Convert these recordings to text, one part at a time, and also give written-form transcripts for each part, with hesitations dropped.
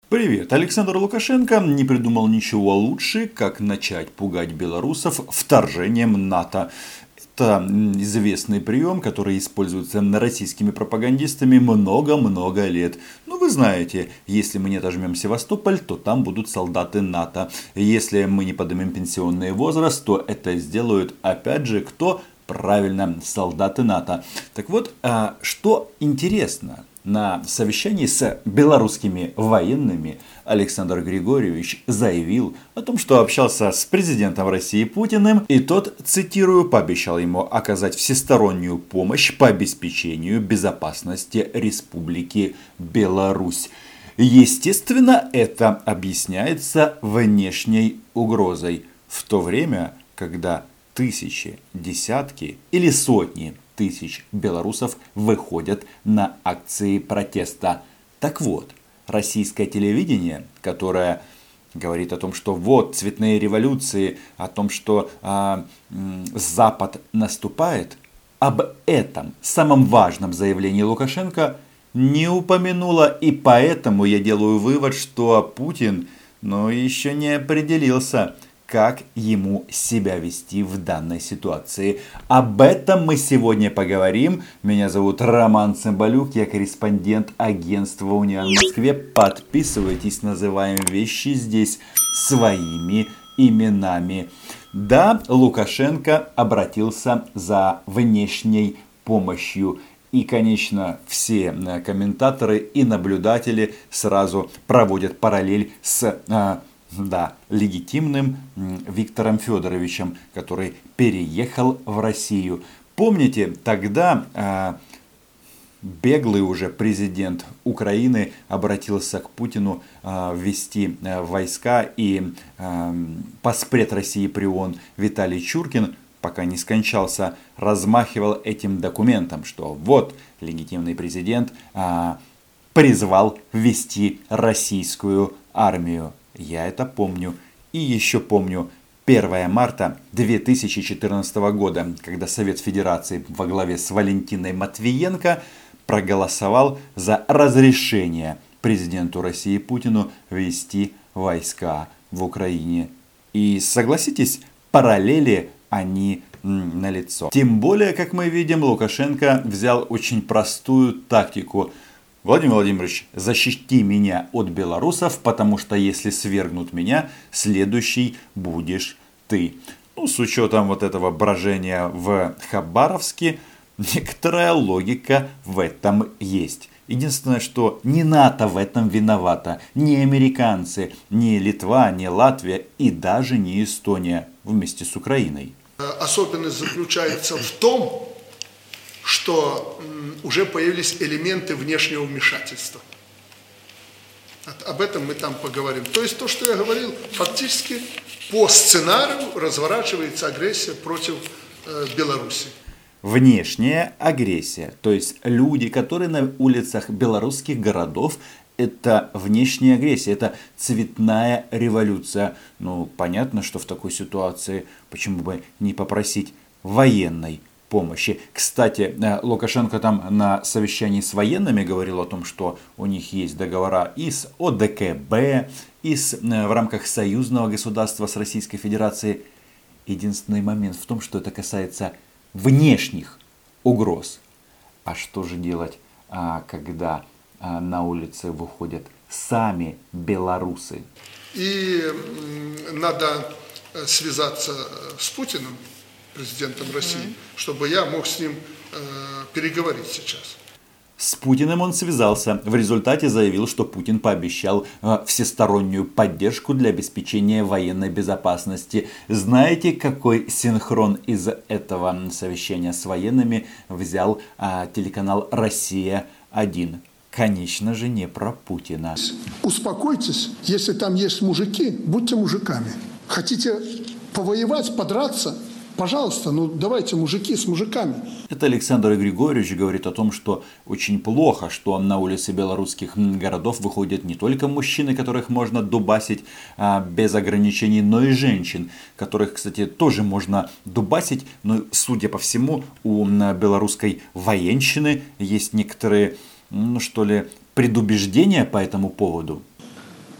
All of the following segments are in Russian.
Привет! Александр Лукашенко не придумал ничего лучше, как начать пугать белорусов вторжением НАТО. Это известный прием, который используется российскими пропагандистами много-много лет. Ну, вы знаете, если мы не отожмем Севастополь, то там будут солдаты НАТО. Если мы не поднимем пенсионный возраст, то это сделают, опять же, кто? Правильно, солдаты НАТО. Так вот, что интересно, на совещании с белорусскими военными Александр Григорьевич заявил о том, что общался с президентом России Путиным, и тот, цитирую, пообещал ему оказать всестороннюю помощь по обеспечению безопасности Республики Беларусь. Естественно, это объясняется внешней угрозой, в то время, когда тысячи, десятки или сотни тысяч белорусов выходят на акции протеста. Так вот, российское телевидение, которое говорит о том, что вот цветные революции, о том, что Запад наступает, об этом самом важном заявлении Лукашенко не упомянуло, и поэтому я делаю вывод, что Путин, еще не определился, как ему себя вести в данной ситуации. Об этом мы сегодня поговорим. Меня зовут Роман Цымбалюк, я корреспондент агентства «Униан» в Москве. Подписывайтесь, называем вещи здесь своими именами. Да, Лукашенко обратился за внешней помощью. И, конечно, все комментаторы и наблюдатели сразу проводят параллель с легитимным Виктором Федоровичем, который переехал в Россию. Помните, тогда беглый уже президент Украины обратился к Путину ввести войска, и поспред России при ООН Виталий Чуркин, пока не скончался, размахивал этим документом, что вот легитимный президент призвал ввести российскую армию. Я это помню. И еще помню 1 марта 2014 года, когда Совет Федерации во главе с Валентиной Матвиенко проголосовал за разрешение президенту России Путину ввести войска в Украине. И согласитесь, параллели они налицо. Тем более, как мы видим, Лукашенко взял очень простую тактику. Владимир Владимирович, защити меня от белорусов, потому что если свергнут меня, следующий будешь ты. С учетом вот этого брожения в Хабаровске, некоторая логика в этом есть. Единственное, что не НАТО в этом виновата, не американцы, не Литва, не Латвия и даже не Эстония вместе с Украиной. Особенность заключается в том, что уже появились элементы внешнего вмешательства. Об этом мы там поговорим. То есть то, что я говорил, фактически по сценарию разворачивается агрессия против Беларуси. Внешняя агрессия, то есть люди, которые на улицах белорусских городов, это внешняя агрессия, это цветная революция. Понятно, что в такой ситуации почему бы не попросить военной помощи. Кстати, Лукашенко там на совещании с военными говорил о том, что у них есть договора и с ОДКБ, и в рамках союзного государства с Российской Федерацией. Единственный момент в том, что это касается внешних угроз. А что же делать, когда на улицы выходят сами белорусы? И надо связаться с Путиным, президентом России, чтобы я мог с ним переговорить сейчас. С Путиным он связался. В результате заявил, что Путин пообещал всестороннюю поддержку для обеспечения военной безопасности. Знаете, какой синхрон из этого совещания с военными взял телеканал «Россия-1»? Конечно же, не про Путина. Успокойтесь, если там есть мужики, будьте мужиками. Хотите повоевать, подраться? Пожалуйста, давайте мужики с мужиками. Это Александр Григорьевич говорит о том, что очень плохо, что на улицы белорусских городов выходят не только мужчины, которых можно дубасить без ограничений, но и женщин, которых, кстати, тоже можно дубасить. Но, судя по всему, у белорусской военщины есть некоторые, предубеждения по этому поводу.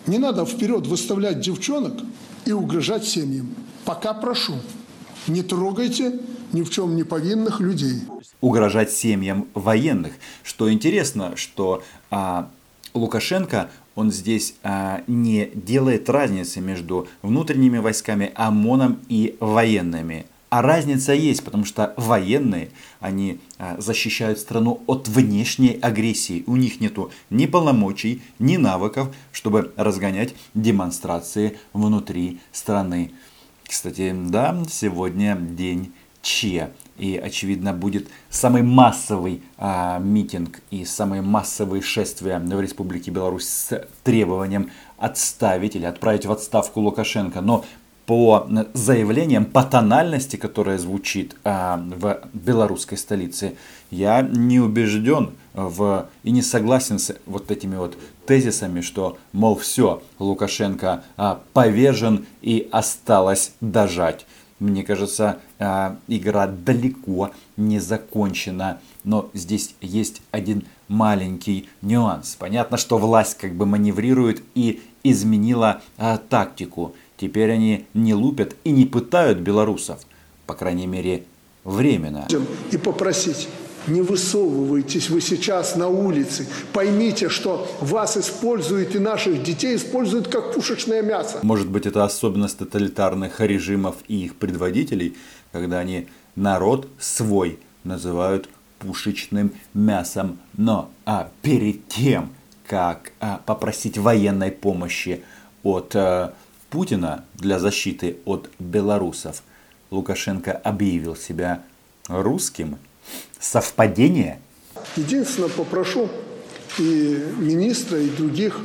Не надо вперед выставлять девчонок и угрожать семьям. Пока прошу, не трогайте ни в чем не повинных людей. Угрожать семьям военных. Что интересно, что Лукашенко, он здесь не делает разницы между внутренними войсками, ОМОНом и военными. А разница есть, потому что военные, они защищают страну от внешней агрессии. У них нету ни полномочий, ни навыков, чтобы разгонять демонстрации внутри страны. Кстати, да, сегодня день Че. И, очевидно, будет самый массовый митинг и самые массовые шествия в Республике Беларусь с требованием отставить или отправить в отставку Лукашенко. Но по заявлениям, по тональности, которая звучит в белорусской столице, я не убежден и не согласен с вот этими вот тезисами, что, мол, все, Лукашенко повержен и осталось дожать. Мне кажется, игра далеко не закончена, но здесь есть один маленький нюанс. Понятно, что власть как бы маневрирует и изменила тактику. Теперь они не лупят и не пытают белорусов, по крайней мере, временно. И попросить, не высовывайтесь вы сейчас на улице. Поймите, что вас используют и наших детей используют как пушечное мясо. Может быть, это особенность тоталитарных режимов и их предводителей, когда они народ свой называют пушечным мясом. Но перед тем, как попросить военной помощи от Путина для защиты от белорусов, Лукашенко объявил себя русским. Совпадение? Единственное, попрошу и министра, и других,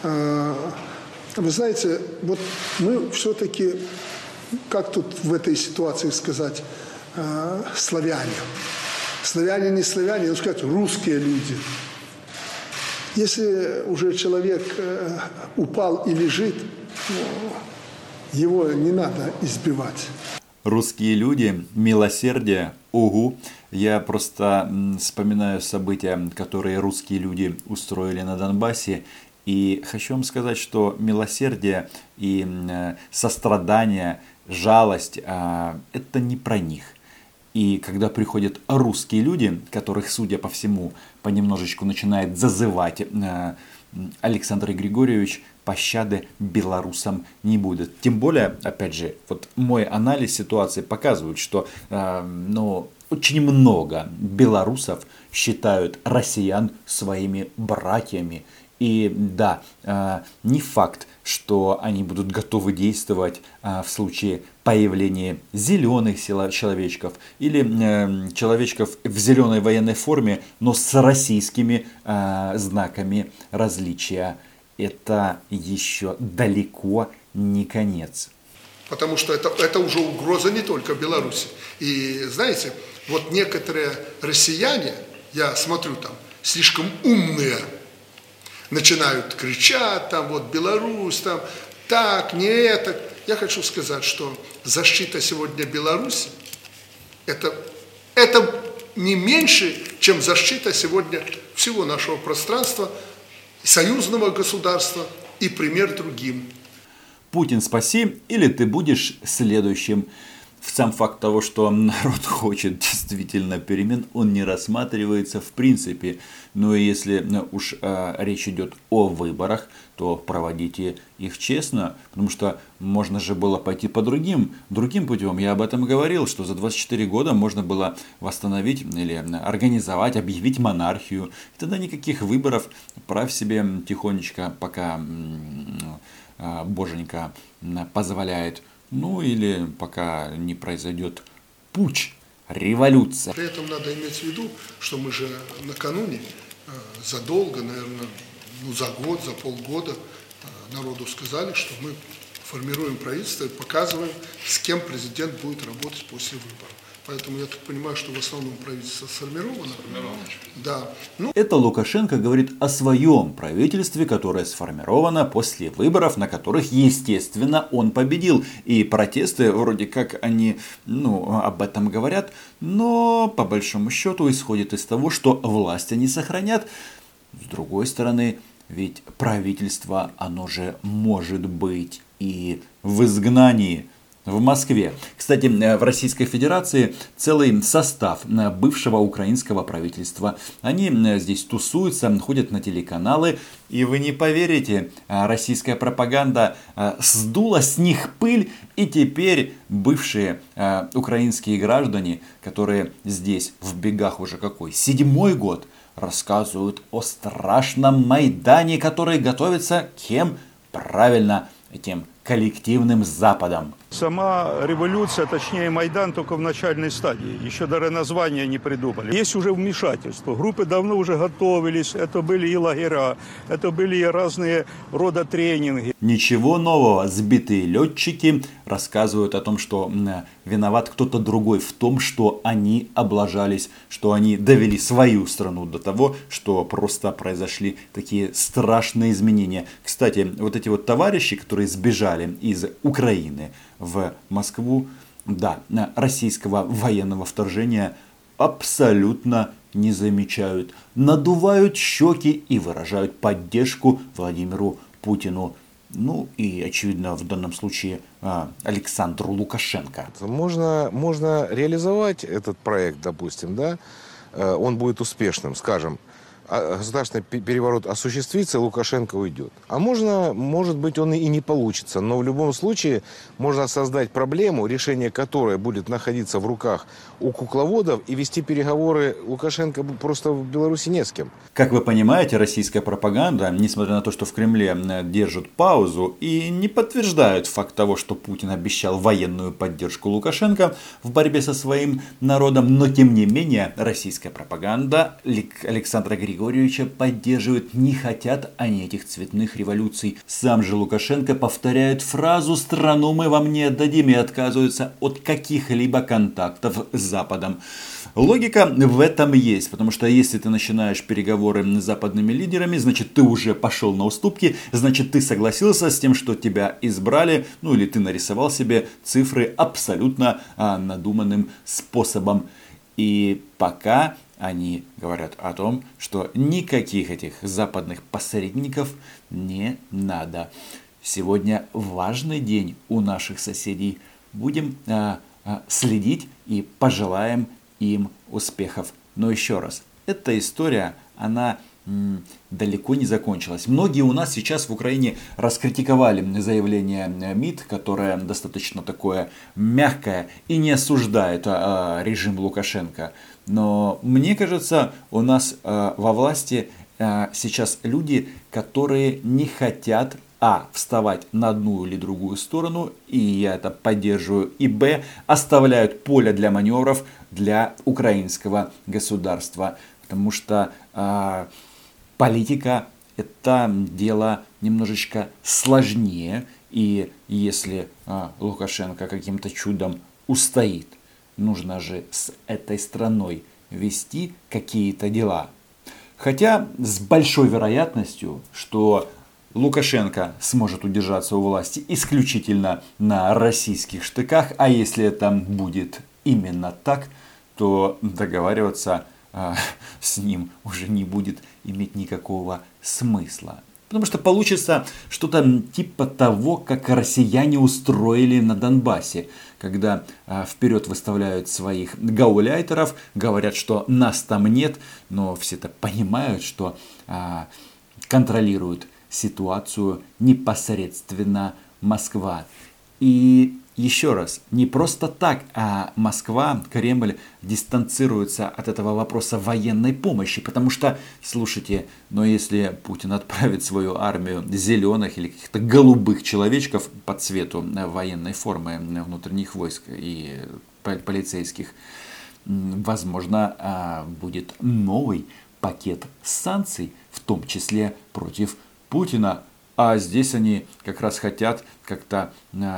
вы знаете, вот мы все-таки, как тут в этой ситуации сказать, славяне. Славяне, не славяне, но сказать, русские люди. Если уже человек упал и лежит, его не надо избивать. Русские люди, милосердие, угу. Я просто вспоминаю события, которые русские люди устроили на Донбассе. И хочу вам сказать, что милосердие и сострадание, жалость – это не про них. И когда приходят русские люди, которых, судя по всему, понемножечку начинает зазывать Александр Григорьевич, пощады белорусам не будет. Тем более, опять же, вот мой анализ ситуации показывает, что очень много белорусов считают россиян своими братьями. И да, не факт, что они будут готовы действовать в случае появления зеленых человечков или человечков в зеленой военной форме, но с российскими знаками различия. Это еще далеко не конец. Потому что это уже угроза не только Беларуси. И знаете, вот некоторые россияне, я смотрю там, слишком умные, начинают кричать, там вот Беларусь, там так, не это. Я хочу сказать, что защита сегодня Беларуси, это не меньше, чем защита сегодня всего нашего пространства, союзного государства и пример другим. Путин спаси, или ты будешь следующим. Сам факт того, что народ хочет действительно перемен, он не рассматривается в принципе. Но если уж речь идет о выборах, то проводите их честно, потому что можно же было пойти по другим путем. Я об этом говорил, что за 24 года можно было восстановить или организовать, объявить монархию. И тогда никаких выборов, правь себе тихонечко, пока боженька позволяет. Ну или пока не произойдет путч, революция. При этом надо иметь в виду, что мы же накануне, задолго, наверное, за год, за полгода народу сказали, что мы формируем правительство и показываем, с кем президент будет работать после выборов. Поэтому я так понимаю, что в основном правительство сформировано. Да. Это Лукашенко говорит о своем правительстве, которое сформировано после выборов, на которых, естественно, он победил. И протесты, вроде как они об этом говорят, но по большому счету исходит из того, что власть они сохранят. С другой стороны, Ведь правительство, оно же может быть и в изгнании. В Москве. Кстати, в Российской Федерации целый состав бывшего украинского правительства. Они здесь тусуются, ходят на телеканалы. И вы не поверите, российская пропаганда сдула с них пыль. И теперь бывшие украинские граждане, которые здесь в бегах уже какой, 7-й год, рассказывают о страшном Майдане, который готовится кем? Правильно, этим коллективным Западом. Сама революция, точнее Майдан, только в начальной стадии. Еще даже названия не придумали. Есть уже вмешательство. Группы давно уже готовились. Это были и лагеря, это были и разные рода тренинги. Ничего нового. Сбитые летчики рассказывают о том, что виноват кто-то другой в том, что они облажались, что они довели свою страну до того, что просто произошли такие страшные изменения. Кстати, вот эти вот товарищи, которые сбежали из Украины в Москву, да, российского военного вторжения абсолютно не замечают. Надувают щеки и выражают поддержку Владимиру Путину. Ну и, очевидно, в данном случае Александру Лукашенко. Можно реализовать этот проект, допустим, да, он будет успешным, скажем, государственный переворот осуществится, Лукашенко уйдет. А может быть, он и не получится. Но в любом случае можно создать проблему, решение которой будет находиться в руках у кукловодов, и вести переговоры Лукашенко просто в Беларуси не с кем. Как вы понимаете, российская пропаганда, несмотря на то, что в Кремле держат паузу и не подтверждают факт того, что Путин обещал военную поддержку Лукашенко в борьбе со своим народом, но тем не менее российская пропаганда Александра Григорьевича поддерживает. Не хотят они этих цветных революций. Сам же Лукашенко повторяет фразу «страну мы вам не отдадим» и отказывается от каких-либо контактов с Западом. Логика в этом есть, потому что если ты начинаешь переговоры с западными лидерами, значит ты уже пошел на уступки, значит ты согласился с тем, что тебя избрали, ну или ты нарисовал себе цифры абсолютно надуманным способом. И пока они говорят о том, что никаких этих западных посредников не надо. Сегодня важный день у наших соседей. Будем следить и пожелаем им успехов. Но еще раз, эта история, она далеко не закончилась. Многие у нас сейчас в Украине раскритиковали заявление МИД, которое достаточно такое мягкое и не осуждает режим Лукашенко. Но мне кажется, у нас во власти сейчас люди, которые не хотят вставать на одну или другую сторону, и я это поддерживаю, и оставляют поле для маневров для украинского государства. Потому что политика – это дело немножечко сложнее, и если Лукашенко каким-то чудом устоит, нужно же с этой страной вести какие-то дела. Хотя с большой вероятностью, что Лукашенко сможет удержаться у власти исключительно на российских штыках, а если это будет именно так, то договариваться с ним уже не будет иметь никакого смысла. Потому что получится что-то типа того, как россияне устроили на Донбассе, когда вперед выставляют своих гауляйтеров, говорят, что нас там нет, но все-то понимают, что контролируют ситуацию непосредственно Москва. И еще раз, не просто так, а Москва, Кремль дистанцируются от этого вопроса военной помощи, потому что, слушайте, но если Путин отправит свою армию зеленых или каких-то голубых человечков по цвету военной формы внутренних войск и полицейских, возможно, будет новый пакет санкций, в том числе против Путина. А здесь они как раз хотят как-то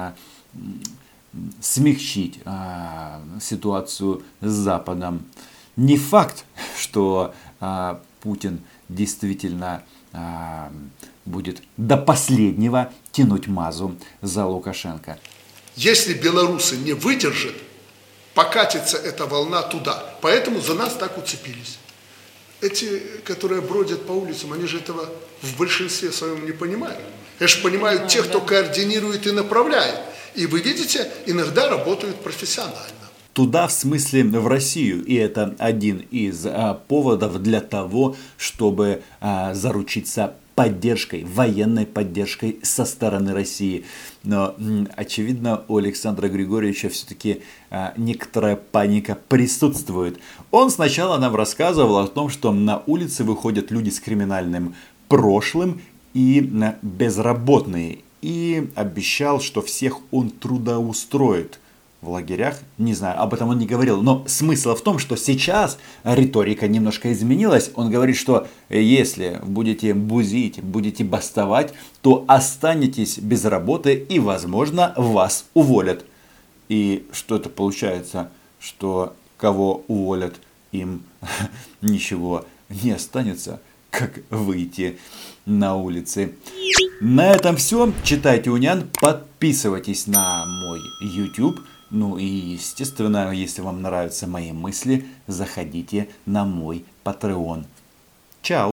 смягчить ситуацию с Западом. Не факт, что Путин действительно будет до последнего тянуть мазу за Лукашенко. Если белорусы не выдержат, покатится эта волна туда. Поэтому за нас так уцепились. эти, которые бродят по улицам, они же этого в большинстве своем не понимают. Конечно, понимают те, кто координирует и направляет. И вы видите, иногда работают профессионально. Туда, в смысле в Россию. И это один из поводов для того, чтобы заручиться поддержкой, военной поддержкой со стороны России. Но, очевидно, у Александра Григорьевича все-таки некоторая паника присутствует. Он сначала нам рассказывал о том, что на улице выходят люди с криминальным прошлым и безработные. И обещал, что всех он трудоустроит в лагерях. Не знаю, об этом он не говорил. Но смысл в том, что сейчас риторика немножко изменилась. Он говорит, что если будете бузить, будете бастовать, то останетесь без работы и, возможно, вас уволят. И что это получается, что кого уволят, им ничего не останется, как выйти на улицы. На этом все. Читайте Унян, подписывайтесь на мой YouTube. Ну и, естественно, если вам нравятся мои мысли, заходите на мой Patreon. Чао!